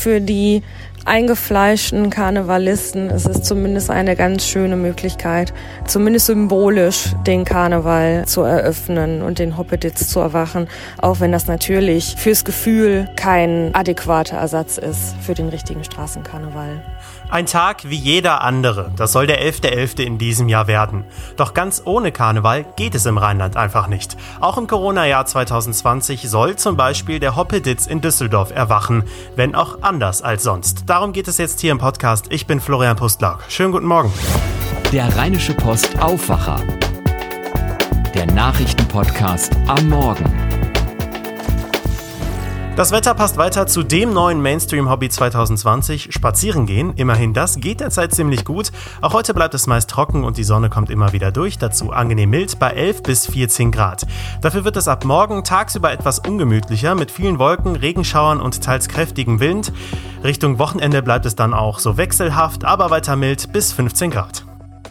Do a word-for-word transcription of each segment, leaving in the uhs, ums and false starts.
für die eingefleischten Karnevalisten ist es zumindest eine ganz schöne Möglichkeit, zumindest symbolisch den Karneval zu eröffnen und den Hoppeditz zu erwachen, auch wenn das natürlich fürs Gefühl kein adäquater Ersatz ist für den richtigen Straßenkarneval. Ein Tag wie jeder andere, das soll der elfter elfter in diesem Jahr werden. Doch ganz ohne Karneval geht es im Rheinland einfach nicht. Auch im Corona-Jahr zwanzig zwanzig soll zum Beispiel der Hoppeditz in Düsseldorf erwachen, wenn auch anders als sonst. Darum geht es jetzt hier im Podcast. Ich bin Florian Pustlauk. Schönen guten Morgen. Der Rheinische Post Aufwacher. Der Nachrichtenpodcast am Morgen. Das Wetter passt weiter zu dem neuen Mainstream-Hobby zwanzig zwanzig, Spazieren gehen. Immerhin das geht derzeit ziemlich gut. Auch heute bleibt es meist trocken und die Sonne kommt immer wieder durch. Dazu angenehm mild bei elf bis vierzehn Grad. Dafür wird es ab morgen tagsüber etwas ungemütlicher mit vielen Wolken, Regenschauern und teils kräftigem Wind. Richtung Wochenende bleibt es dann auch so wechselhaft, aber weiter mild bis fünfzehn Grad.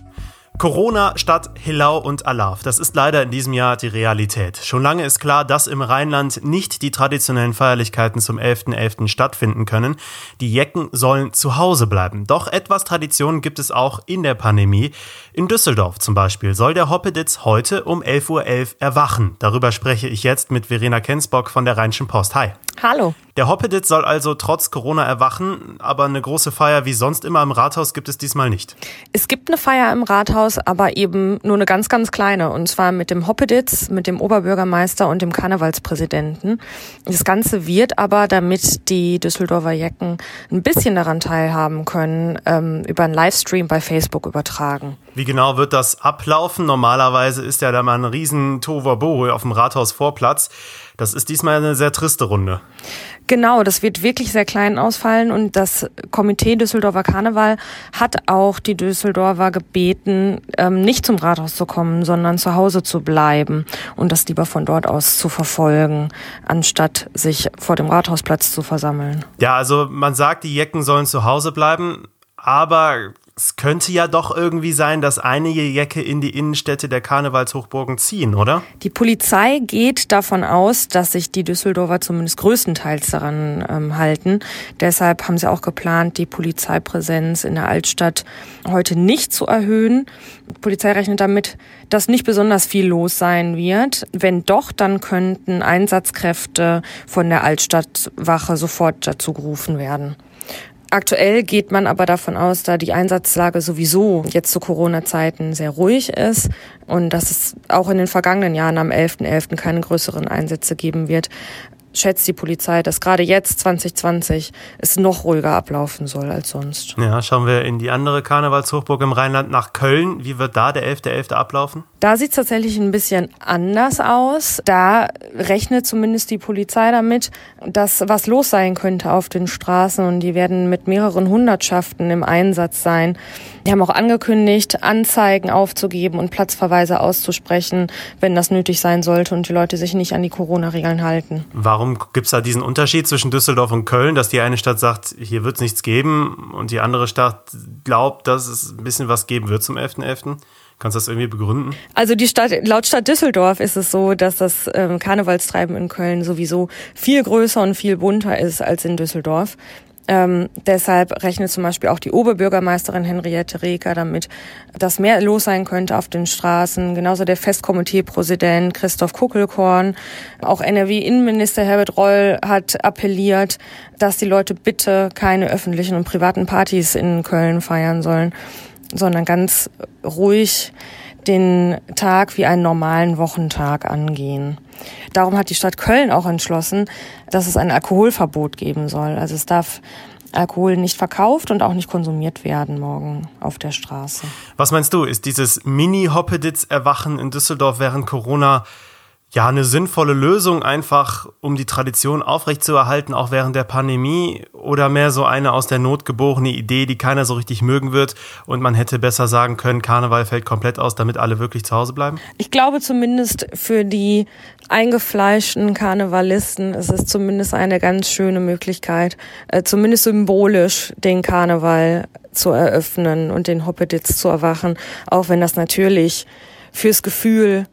Corona statt Hillau und Alarv. Das ist leider in diesem Jahr die Realität. Schon lange ist klar, dass im Rheinland nicht die traditionellen Feierlichkeiten zum elfter elfter stattfinden können. Die Jecken sollen zu Hause bleiben. Doch etwas Tradition gibt es auch in der Pandemie. In Düsseldorf zum Beispiel soll der Hoppeditz heute um elf Uhr elf erwachen. Darüber spreche ich jetzt mit Verena Kensbock von der Rheinischen Post. Hi. Hallo. Der Hoppeditz soll also trotz Corona erwachen, aber eine große Feier wie sonst immer im Rathaus gibt es diesmal nicht. Es gibt eine Feier im Rathaus, aber eben nur eine ganz, ganz kleine. Und zwar mit dem Hoppeditz, mit dem Oberbürgermeister und dem Karnevalspräsidenten. Das Ganze wird aber, damit die Düsseldorfer Jecken ein bisschen daran teilhaben können, ähm, über einen Livestream bei Facebook übertragen. Wie genau wird das ablaufen? Normalerweise ist ja da mal ein riesen Tohuwabohu auf dem Rathausvorplatz. Das ist diesmal eine sehr triste Runde. Genau, das wird wirklich sehr klein ausfallen und das Komitee Düsseldorfer Karneval hat auch die Düsseldorfer gebeten, ähm, nicht zum Rathaus zu kommen, sondern zu Hause zu bleiben und das lieber von dort aus zu verfolgen, anstatt sich vor dem Rathausplatz zu versammeln. Ja, also man sagt, die Jecken sollen zu Hause bleiben, aber es könnte ja doch irgendwie sein, dass einige Jecke in die Innenstädte der Karnevalshochburgen ziehen, oder? Die Polizei geht davon aus, dass sich die Düsseldorfer zumindest größtenteils daran ähm, halten. Deshalb haben sie auch geplant, die Polizeipräsenz in der Altstadt heute nicht zu erhöhen. Die Polizei rechnet damit, dass nicht besonders viel los sein wird. Wenn doch, dann könnten Einsatzkräfte von der Altstadtwache sofort dazu gerufen werden. Aktuell geht man aber davon aus, da die Einsatzlage sowieso jetzt zu Corona-Zeiten sehr ruhig ist und dass es auch in den vergangenen Jahren am elfter elfter keine größeren Einsätze geben wird, schätzt die Polizei, dass gerade jetzt zwanzig zwanzig es noch ruhiger ablaufen soll als sonst. Ja, schauen wir in die andere Karnevalshochburg im Rheinland nach Köln. Wie wird da der elfter elfter ablaufen? Da sieht es tatsächlich ein bisschen anders aus. Da rechnet zumindest die Polizei damit, dass was los sein könnte auf den Straßen und die werden mit mehreren Hundertschaften im Einsatz sein. Die haben auch angekündigt, Anzeigen aufzugeben und Platzverweise auszusprechen, wenn das nötig sein sollte und die Leute sich nicht an die Corona-Regeln halten. Warum gibt es da diesen Unterschied zwischen Düsseldorf und Köln, dass die eine Stadt sagt, hier wird es nichts geben und die andere Stadt glaubt, dass es ein bisschen was geben wird zum elfter elfter? Kannst du das irgendwie begründen? Also die Stadt, laut Stadt Düsseldorf ist es so, dass das ähm, Karnevalstreiben in Köln sowieso viel größer und viel bunter ist als in Düsseldorf. Ähm, deshalb rechnet zum Beispiel auch die Oberbürgermeisterin Henriette Reker damit, dass mehr los sein könnte auf den Straßen. Genauso der Festkomiteepräsident Christoph Kuckelkorn. Auch N R W-Innenminister Herbert Reul hat appelliert, dass die Leute bitte keine öffentlichen und privaten Partys in Köln feiern sollen, sondern ganz ruhig den Tag wie einen normalen Wochentag angehen. Darum hat die Stadt Köln auch entschlossen, dass es ein Alkoholverbot geben soll. Also es darf Alkohol nicht verkauft und auch nicht konsumiert werden morgen auf der Straße. Was meinst du, ist dieses Mini-Hoppeditz-Erwachen in Düsseldorf während Corona ja eine sinnvolle Lösung, einfach um die Tradition aufrechtzuerhalten, auch während der Pandemie, oder mehr so eine aus der Not geborene Idee, die keiner so richtig mögen wird und man hätte besser sagen können, Karneval fällt komplett aus, damit alle wirklich zu Hause bleiben? Ich glaube zumindest für die eingefleischten Karnevalisten ist es zumindest eine ganz schöne Möglichkeit, äh, zumindest symbolisch den Karneval zu eröffnen und den Hoppeditz zu erwachen, auch wenn das natürlich fürs Gefühl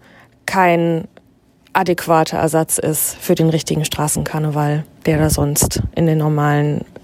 kein adäquater Ersatz ist für den richtigen Straßenkarneval, der da sonst in den normalen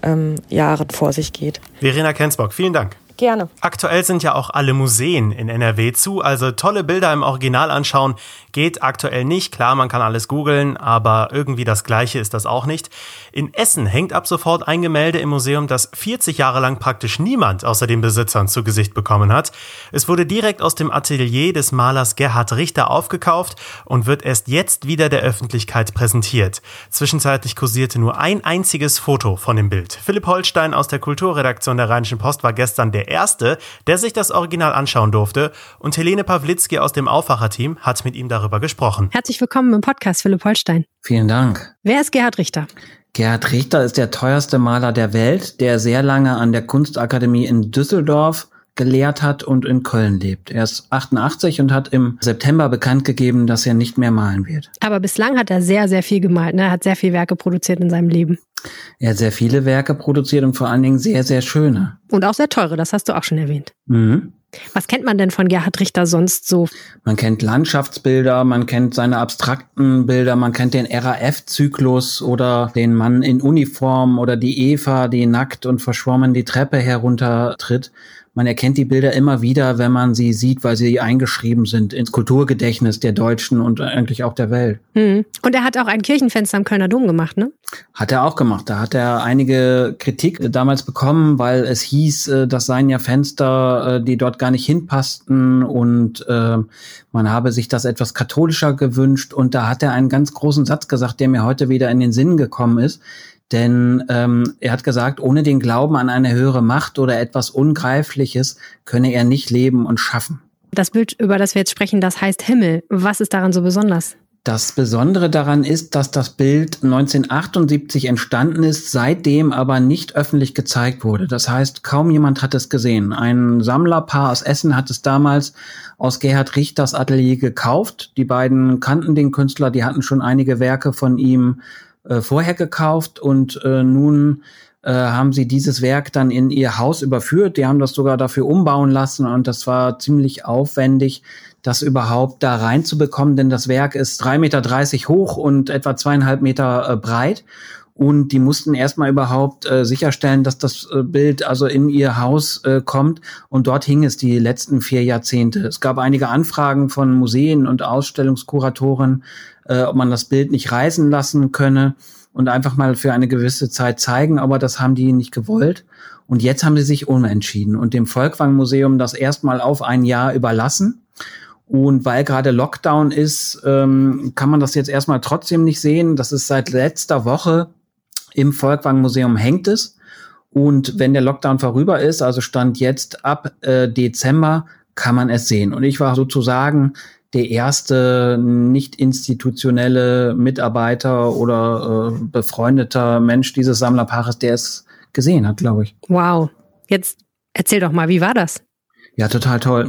ähm, Jahren vor sich geht. Verena Kensbock, vielen Dank. Gerne. Aktuell sind ja auch alle Museen in N R W zu, also tolle Bilder im Original anschauen geht aktuell nicht. Klar, man kann alles googeln, aber irgendwie das Gleiche ist das auch nicht. In Essen hängt ab sofort ein Gemälde im Museum, das vierzig Jahre lang praktisch niemand außer den Besitzern zu Gesicht bekommen hat. Es wurde direkt aus dem Atelier des Malers Gerhard Richter aufgekauft und wird erst jetzt wieder der Öffentlichkeit präsentiert. Zwischenzeitlich kursierte nur ein einziges Foto von dem Bild. Philipp Holstein aus der Kulturredaktion der Rheinischen Post war gestern der Erste, der sich das Original anschauen durfte, und Helene Pawlitzki aus dem Aufwacher-Team hat mit ihm darüber gesprochen. Herzlich willkommen im Podcast, Philipp Holstein. Vielen Dank. Wer ist Gerhard Richter? Gerhard Richter ist der teuerste Maler der Welt, der sehr lange an der Kunstakademie in Düsseldorf gelehrt hat und in Köln lebt. Er ist achtundachtzig und hat im September bekannt gegeben, dass er nicht mehr malen wird. Aber bislang hat er sehr, sehr viel gemalt, ne? Er hat sehr viele Werke produziert in seinem Leben. Er hat sehr viele Werke produziert und vor allen Dingen sehr, sehr schöne. Und auch sehr teure, das hast du auch schon erwähnt. Mhm. Was kennt man denn von Gerhard Richter sonst so? Man kennt Landschaftsbilder, man kennt seine abstrakten Bilder, man kennt den R A F-Zyklus oder den Mann in Uniform oder die Eva, die nackt und verschwommen die Treppe heruntertritt. Man erkennt die Bilder immer wieder, wenn man sie sieht, weil sie eingeschrieben sind ins Kulturgedächtnis der Deutschen und eigentlich auch der Welt. Hm. Und er hat auch ein Kirchenfenster am Kölner Dom gemacht, ne? Hat er auch gemacht. Da hat er einige Kritik damals bekommen, weil es hieß, das seien ja Fenster, die dort gar nicht hinpassten und äh, man habe sich das etwas katholischer gewünscht. Und da hat er einen ganz großen Satz gesagt, der mir heute wieder in den Sinn gekommen ist. Denn ähm, er hat gesagt, ohne den Glauben an eine höhere Macht oder etwas Ungreifliches könne er nicht leben und schaffen. Das Bild, über das wir jetzt sprechen, das heißt Himmel. Was ist daran so besonders? Das Besondere daran ist, dass das Bild neunzehnhundertachtundsiebzig entstanden ist, seitdem aber nicht öffentlich gezeigt wurde. Das heißt, kaum jemand hat es gesehen. Ein Sammlerpaar aus Essen hat es damals aus Gerhard Richters Atelier gekauft. Die beiden kannten den Künstler, die hatten schon einige Werke von ihm äh, vorher gekauft und äh, nun äh, haben sie dieses Werk dann in ihr Haus überführt. Die haben das sogar dafür umbauen lassen und das war ziemlich aufwendig, das überhaupt da reinzubekommen, denn das Werk ist drei Meter dreißig hoch und etwa zweieinhalb Meter äh, breit. Und die mussten erstmal überhaupt äh, sicherstellen, dass das äh, Bild also in ihr Haus äh, kommt. Und dort hing es die letzten vier Jahrzehnte. Es gab einige Anfragen von Museen und Ausstellungskuratoren, äh, ob man das Bild nicht reisen lassen könne und einfach mal für eine gewisse Zeit zeigen. Aber das haben die nicht gewollt. Und jetzt haben sie sich umentschieden und dem Folkwang-Museum das erstmal auf ein Jahr überlassen. Und weil gerade Lockdown ist, ähm, kann man das jetzt erstmal trotzdem nicht sehen. Das ist seit letzter Woche im Folkwang-Museum hängt es. Und wenn der Lockdown vorüber ist, also Stand jetzt ab äh, Dezember, kann man es sehen. Und ich war sozusagen der erste nicht institutionelle Mitarbeiter oder äh, befreundeter Mensch dieses Sammlerpaares, der es gesehen hat, glaube ich. Wow. Jetzt erzähl doch mal, wie war das? Ja, total toll.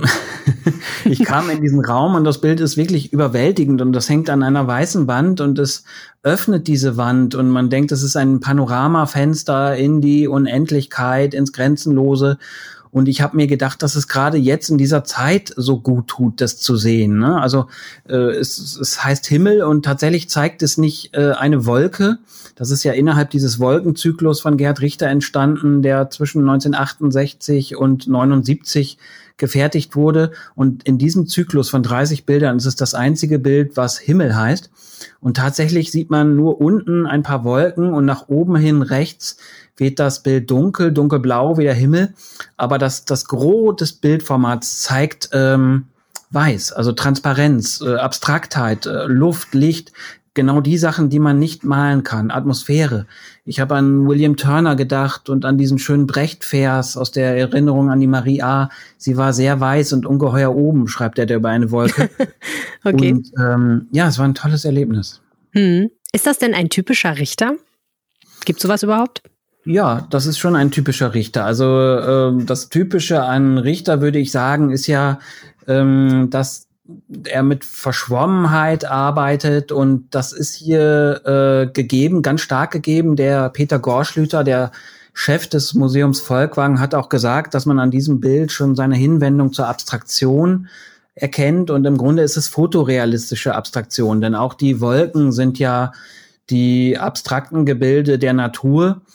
Ich kam in diesen Raum und das Bild ist wirklich überwältigend und das hängt an einer weißen Wand und es öffnet diese Wand und man denkt, es ist ein Panoramafenster in die Unendlichkeit, ins Grenzenlose. Und ich habe mir gedacht, dass es gerade jetzt in dieser Zeit so gut tut, das zu sehen. Ne? Also äh, es, es heißt Himmel und tatsächlich zeigt es nicht äh, eine Wolke. Das ist ja innerhalb dieses Wolkenzyklus von Gerhard Richter entstanden, der zwischen neunzehnhundertachtundsechzig und neunundsiebzig gefertigt wurde. Und in diesem Zyklus von dreißig Bildern ist es das einzige Bild, was Himmel heißt. Und tatsächlich sieht man nur unten ein paar Wolken und nach oben hin rechts wird das Bild dunkel, dunkelblau wie der Himmel. Aber das, das Gros des Bildformats zeigt ähm, weiß, also Transparenz, äh, Abstraktheit, äh, Luft, Licht, genau die Sachen, die man nicht malen kann, Atmosphäre. Ich habe an William Turner gedacht und an diesen schönen Brecht-Vers aus der Erinnerung an die Maria. Sie war sehr weiß und ungeheuer oben, schreibt er da über eine Wolke. Okay. Und ähm, ja, es war ein tolles Erlebnis. Hm. Ist das denn ein typischer Richter? Gibt es sowas überhaupt? Ja, das ist schon ein typischer Richter. Also ähm, das Typische an Richter, würde ich sagen, ist ja, ähm, dass er mit Verschwommenheit arbeitet und das ist hier äh, gegeben, ganz stark gegeben. Der Peter Gorschlüter, der Chef des Museums Folkwang, hat auch gesagt, dass man an diesem Bild schon seine Hinwendung zur Abstraktion erkennt und im Grunde ist es fotorealistische Abstraktion, denn auch die Wolken sind ja die abstrakten Gebilde der Natur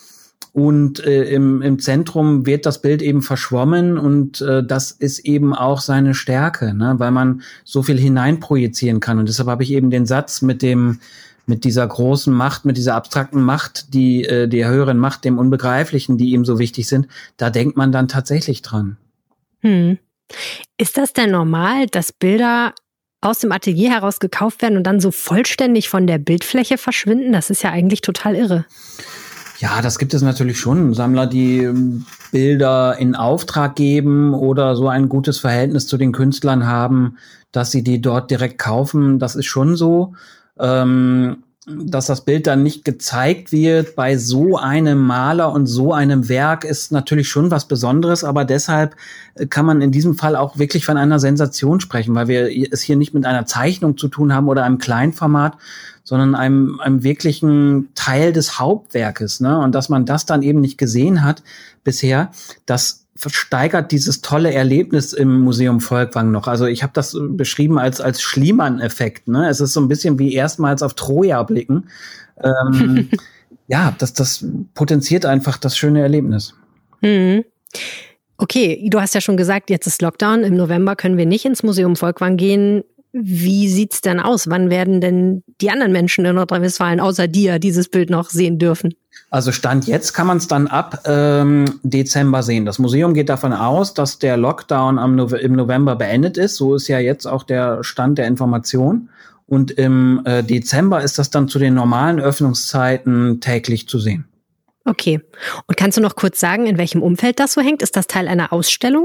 Und äh, im, im Zentrum wird das Bild eben verschwommen und äh, das ist eben auch seine Stärke, ne? Weil man so viel hineinprojizieren kann. Und deshalb habe ich eben den Satz mit dem mit dieser großen Macht, mit dieser abstrakten Macht, die äh, der höheren Macht, dem Unbegreiflichen, die ihm so wichtig sind, da denkt man dann tatsächlich dran. Hm. Ist das denn normal, dass Bilder aus dem Atelier heraus gekauft werden und dann so vollständig von der Bildfläche verschwinden? Das ist ja eigentlich total irre. Ja, das gibt es natürlich schon. Sammler, die Bilder in Auftrag geben oder so ein gutes Verhältnis zu den Künstlern haben, dass sie die dort direkt kaufen. Das ist schon so. Ähm, dass das Bild dann nicht gezeigt wird bei so einem Maler und so einem Werk ist natürlich schon was Besonderes, aber deshalb kann man in diesem Fall auch wirklich von einer Sensation sprechen, weil wir es hier nicht mit einer Zeichnung zu tun haben oder einem Kleinformat, sondern einem, einem wirklichen Teil des Hauptwerkes, ne? Und dass man das dann eben nicht gesehen hat bisher, das steigert dieses tolle Erlebnis im Museum Folkwang noch. Also ich habe das beschrieben als als Schliemann-Effekt. Ne? Es ist so ein bisschen wie erstmals auf Troja blicken. Ähm, ja, das, das potenziert einfach das schöne Erlebnis. Mhm. Okay, du hast ja schon gesagt, jetzt ist Lockdown. Im November können wir nicht ins Museum Folkwang gehen. Wie sieht's denn aus? Wann werden denn die anderen Menschen in Nordrhein-Westfalen außer dir dieses Bild noch sehen dürfen? Also Stand jetzt kann man es dann ab ähm, Dezember sehen. Das Museum geht davon aus, dass der Lockdown am no- im November beendet ist. So ist ja jetzt auch der Stand der Information. Und im äh, Dezember ist das dann zu den normalen Öffnungszeiten täglich zu sehen. Okay. Und kannst du noch kurz sagen, in welchem Umfeld das so hängt? Ist das Teil einer Ausstellung?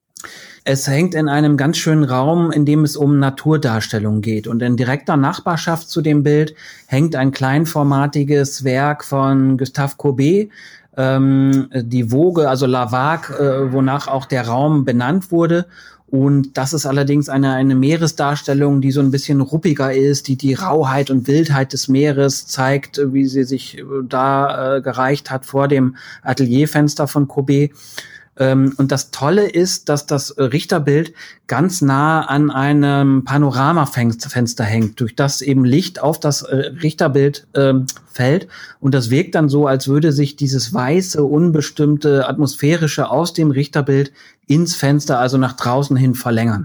Es hängt in einem ganz schönen Raum, in dem es um Naturdarstellung geht. Und in direkter Nachbarschaft zu dem Bild hängt ein kleinformatiges Werk von Gustave Courbet, ähm, die Woge, also La Vague, äh, wonach auch der Raum benannt wurde. Und das ist allerdings eine, eine Meeresdarstellung, die so ein bisschen ruppiger ist, die die Rauheit und Wildheit des Meeres zeigt, wie sie sich da äh, gereicht hat vor dem Atelierfenster von Courbet. Und das Tolle ist, dass das Richterbild ganz nah an einem Panoramafenster hängt, durch das eben Licht auf das Richterbild äh, fällt. Und das wirkt dann so, als würde sich dieses weiße, unbestimmte, atmosphärische aus dem Richterbild ins Fenster, also nach draußen hin, verlängern.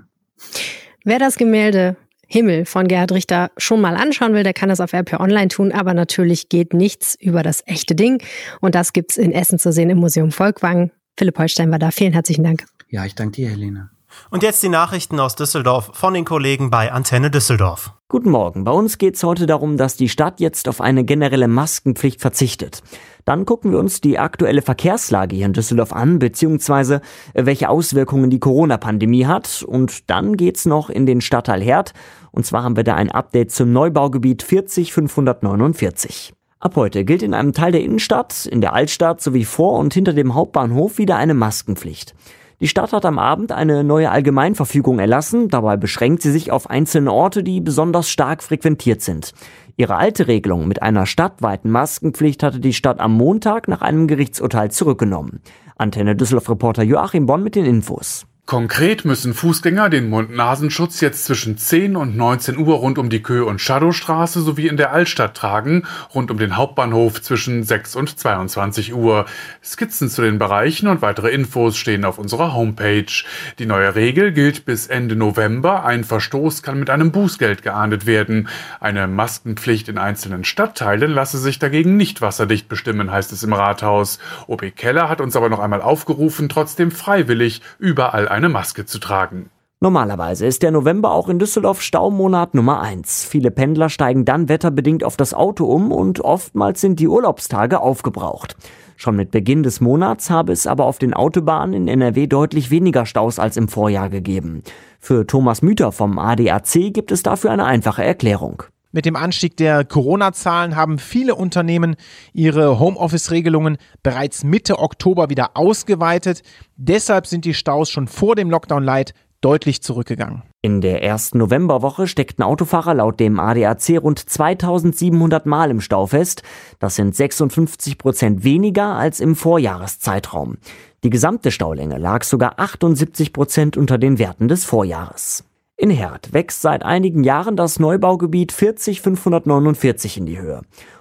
Wer das Gemälde Himmel von Gerhard Richter schon mal anschauen will, der kann das auf R P R Online tun, aber natürlich geht nichts über das echte Ding. Und das gibt's in Essen zu sehen im Museum Folkwang. Philipp Holstein war da. Vielen herzlichen Dank. Ja, ich danke dir, Helene. Und jetzt die Nachrichten aus Düsseldorf von den Kollegen bei Antenne Düsseldorf. Guten Morgen. Bei uns geht es heute darum, dass die Stadt jetzt auf eine generelle Maskenpflicht verzichtet. Dann gucken wir uns die aktuelle Verkehrslage hier in Düsseldorf an, beziehungsweise welche Auswirkungen die Corona-Pandemie hat. Und dann geht's noch in den Stadtteil Herd. Und zwar haben wir da ein Update zum Neubaugebiet vierzig fünfhundertneunundvierzig. Ab heute gilt in einem Teil der Innenstadt, in der Altstadt sowie vor und hinter dem Hauptbahnhof wieder eine Maskenpflicht. Die Stadt hat am Abend eine neue Allgemeinverfügung erlassen, dabei beschränkt sie sich auf einzelne Orte, die besonders stark frequentiert sind. Ihre alte Regelung mit einer stadtweiten Maskenpflicht hatte die Stadt am Montag nach einem Gerichtsurteil zurückgenommen. Antenne Düsseldorf-Reporter Joachim Bonn mit den Infos. Konkret müssen Fußgänger den Mund-Nasenschutz jetzt zwischen zehn und neunzehn Uhr rund um die Kö- und Schadowstraße sowie in der Altstadt tragen, rund um den Hauptbahnhof zwischen sechs und zweiundzwanzig Uhr. Skizzen zu den Bereichen und weitere Infos stehen auf unserer Homepage. Die neue Regel gilt bis Ende November. Ein Verstoß kann mit einem Bußgeld geahndet werden. Eine Maskenpflicht in einzelnen Stadtteilen lasse sich dagegen nicht wasserdicht bestimmen, heißt es im Rathaus. O B Keller hat uns aber noch einmal aufgerufen, trotzdem freiwillig überall eine Maske zu tragen. Normalerweise ist der November auch in Düsseldorf Staumonat Nummer eins. Viele Pendler steigen dann wetterbedingt auf das Auto um und oftmals sind die Urlaubstage aufgebraucht. Schon mit Beginn des Monats habe es aber auf den Autobahnen in N R W deutlich weniger Staus als im Vorjahr gegeben. Für Thomas Müther vom A D A C gibt es dafür eine einfache Erklärung. Mit dem Anstieg der Corona-Zahlen haben viele Unternehmen ihre Homeoffice-Regelungen bereits Mitte Oktober wieder ausgeweitet. Deshalb sind die Staus schon vor dem Lockdown-Light deutlich zurückgegangen. In der ersten Novemberwoche steckten Autofahrer laut dem A D A C rund zweitausendsiebenhundert Mal im Stau fest. Das sind sechsundfünfzig Prozent weniger als im Vorjahreszeitraum. Die gesamte Staulänge lag sogar achtundsiebzig Prozent unter den Werten des Vorjahres. In Herd wächst seit einigen Jahren das Neubaugebiet vierzig fünfhundertneunundvierzig in die Höhe.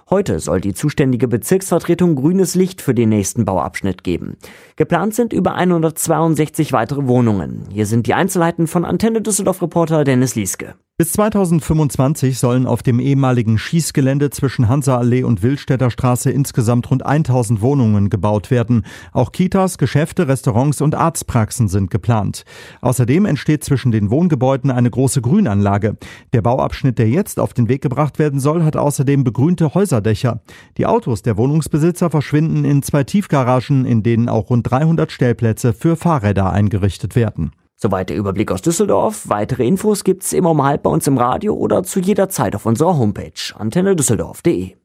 Heute soll die zuständige Bezirksvertretung grünes Licht für den nächsten Bauabschnitt geben. Geplant sind über hundertzweiundsechzig weitere Wohnungen. Hier sind die Einzelheiten von Antenne Düsseldorf-Reporter Dennis Lieske. Bis zweitausendfünfundzwanzig sollen auf dem ehemaligen Schießgelände zwischen Hansa-Allee und Wildstädter Straße insgesamt rund tausend Wohnungen gebaut werden. Auch Kitas, Geschäfte, Restaurants und Arztpraxen sind geplant. Außerdem entsteht zwischen den Wohngebäuden eine große Grünanlage. Der Bauabschnitt, der jetzt auf den Weg gebracht werden soll, hat außerdem begrünte Häuserdächer. Die Autos der Wohnungsbesitzer verschwinden in zwei Tiefgaragen, in denen auch rund dreihundert Stellplätze für Fahrräder eingerichtet werden. Soweit der Überblick aus Düsseldorf. Weitere Infos gibt's immer um halb bei uns im Radio oder zu jeder Zeit auf unserer Homepage antenne düsseldorf punkt de.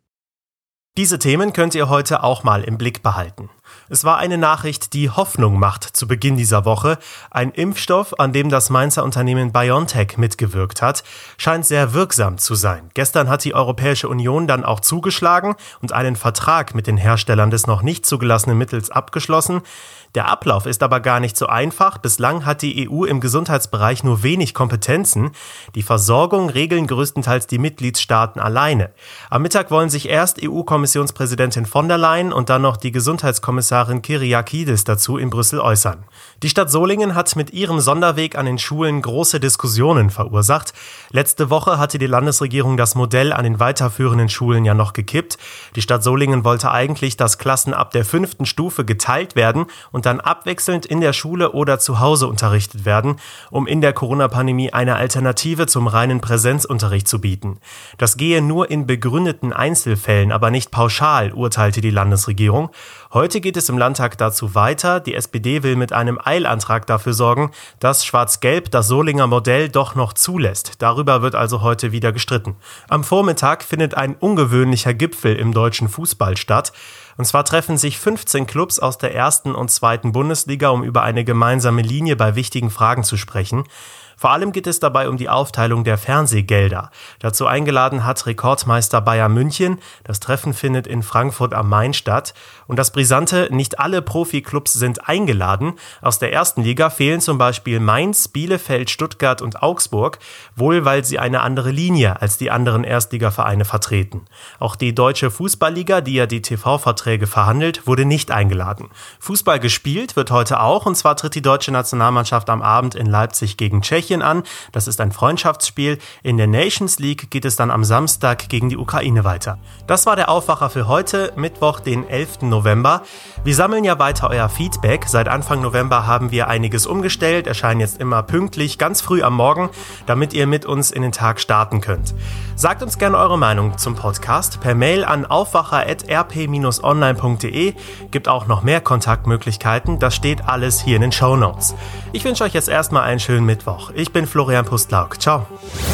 Diese Themen könnt ihr heute auch mal im Blick behalten. Es war eine Nachricht, die Hoffnung macht zu Beginn dieser Woche. Ein Impfstoff, an dem das Mainzer Unternehmen BioNTech mitgewirkt hat, scheint sehr wirksam zu sein. Gestern hat die Europäische Union dann auch zugeschlagen und einen Vertrag mit den Herstellern des noch nicht zugelassenen Mittels abgeschlossen. Der Ablauf ist aber gar nicht so einfach. Bislang hat die E U im Gesundheitsbereich nur wenig Kompetenzen. Die Versorgung regeln größtenteils die Mitgliedstaaten alleine. Am Mittag wollen sich erst E U-Kommissionspräsidentin von der Leyen und dann noch die Gesundheitskommissarin Kyriakides dazu in Brüssel äußern. Die Stadt Solingen hat mit ihrem Sonderweg an den Schulen große Diskussionen verursacht. Letzte Woche hatte die Landesregierung das Modell an den weiterführenden Schulen ja noch gekippt. Die Stadt Solingen wollte eigentlich, dass Klassen ab der fünften Stufe geteilt werden und dann abwechselnd in der Schule oder zu Hause unterrichtet werden, um in der Corona-Pandemie eine Alternative zum reinen Präsenzunterricht zu bieten. Das gehe nur in begründeten Einzelfällen, aber nicht pauschal, urteilte die Landesregierung. Heute geht es im Landtag dazu weiter. Die S P D will mit einem Eilantrag dafür sorgen, dass Schwarz-Gelb das Solinger Modell doch noch zulässt. Darüber wird also heute wieder gestritten. Am Vormittag findet ein ungewöhnlicher Gipfel im deutschen Fußball statt. Und zwar treffen sich fünfzehn Clubs aus der ersten und zweiten Bundesliga, um über eine gemeinsame Linie bei wichtigen Fragen zu sprechen. Vor allem geht es dabei um die Aufteilung der Fernsehgelder. Dazu eingeladen hat Rekordmeister Bayern München. Das Treffen findet in Frankfurt am Main statt. Und das Brisante, nicht alle Profiklubs sind eingeladen. Aus der ersten Liga fehlen zum Beispiel Mainz, Bielefeld, Stuttgart und Augsburg, wohl weil sie eine andere Linie als die anderen Erstligavereine vertreten. Auch die Deutsche Fußballliga, die ja die T V-Verträge verhandelt, wurde nicht eingeladen. Fußball gespielt wird heute auch, und zwar tritt die deutsche Nationalmannschaft am Abend in Leipzig gegen Tschechien an. Das ist ein Freundschaftsspiel. In der Nations League geht es dann am Samstag gegen die Ukraine weiter. Das war der Aufwacher für heute, Mittwoch, den elften November. Wir sammeln ja weiter euer Feedback. Seit Anfang November haben wir einiges umgestellt, erscheinen jetzt immer pünktlich, ganz früh am Morgen, damit ihr mit uns in den Tag starten könnt. Sagt uns gerne eure Meinung zum Podcast per Mail an aufwacher at r p dash online punkt de. Gibt auch noch mehr Kontaktmöglichkeiten. Das steht alles hier in den Shownotes. Ich wünsche euch jetzt erstmal einen schönen Mittwoch. Ich bin Florian Pustlauk. Ciao.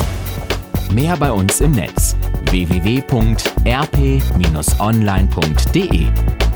Mehr bei uns im Netz w w w punkt r p dash online punkt de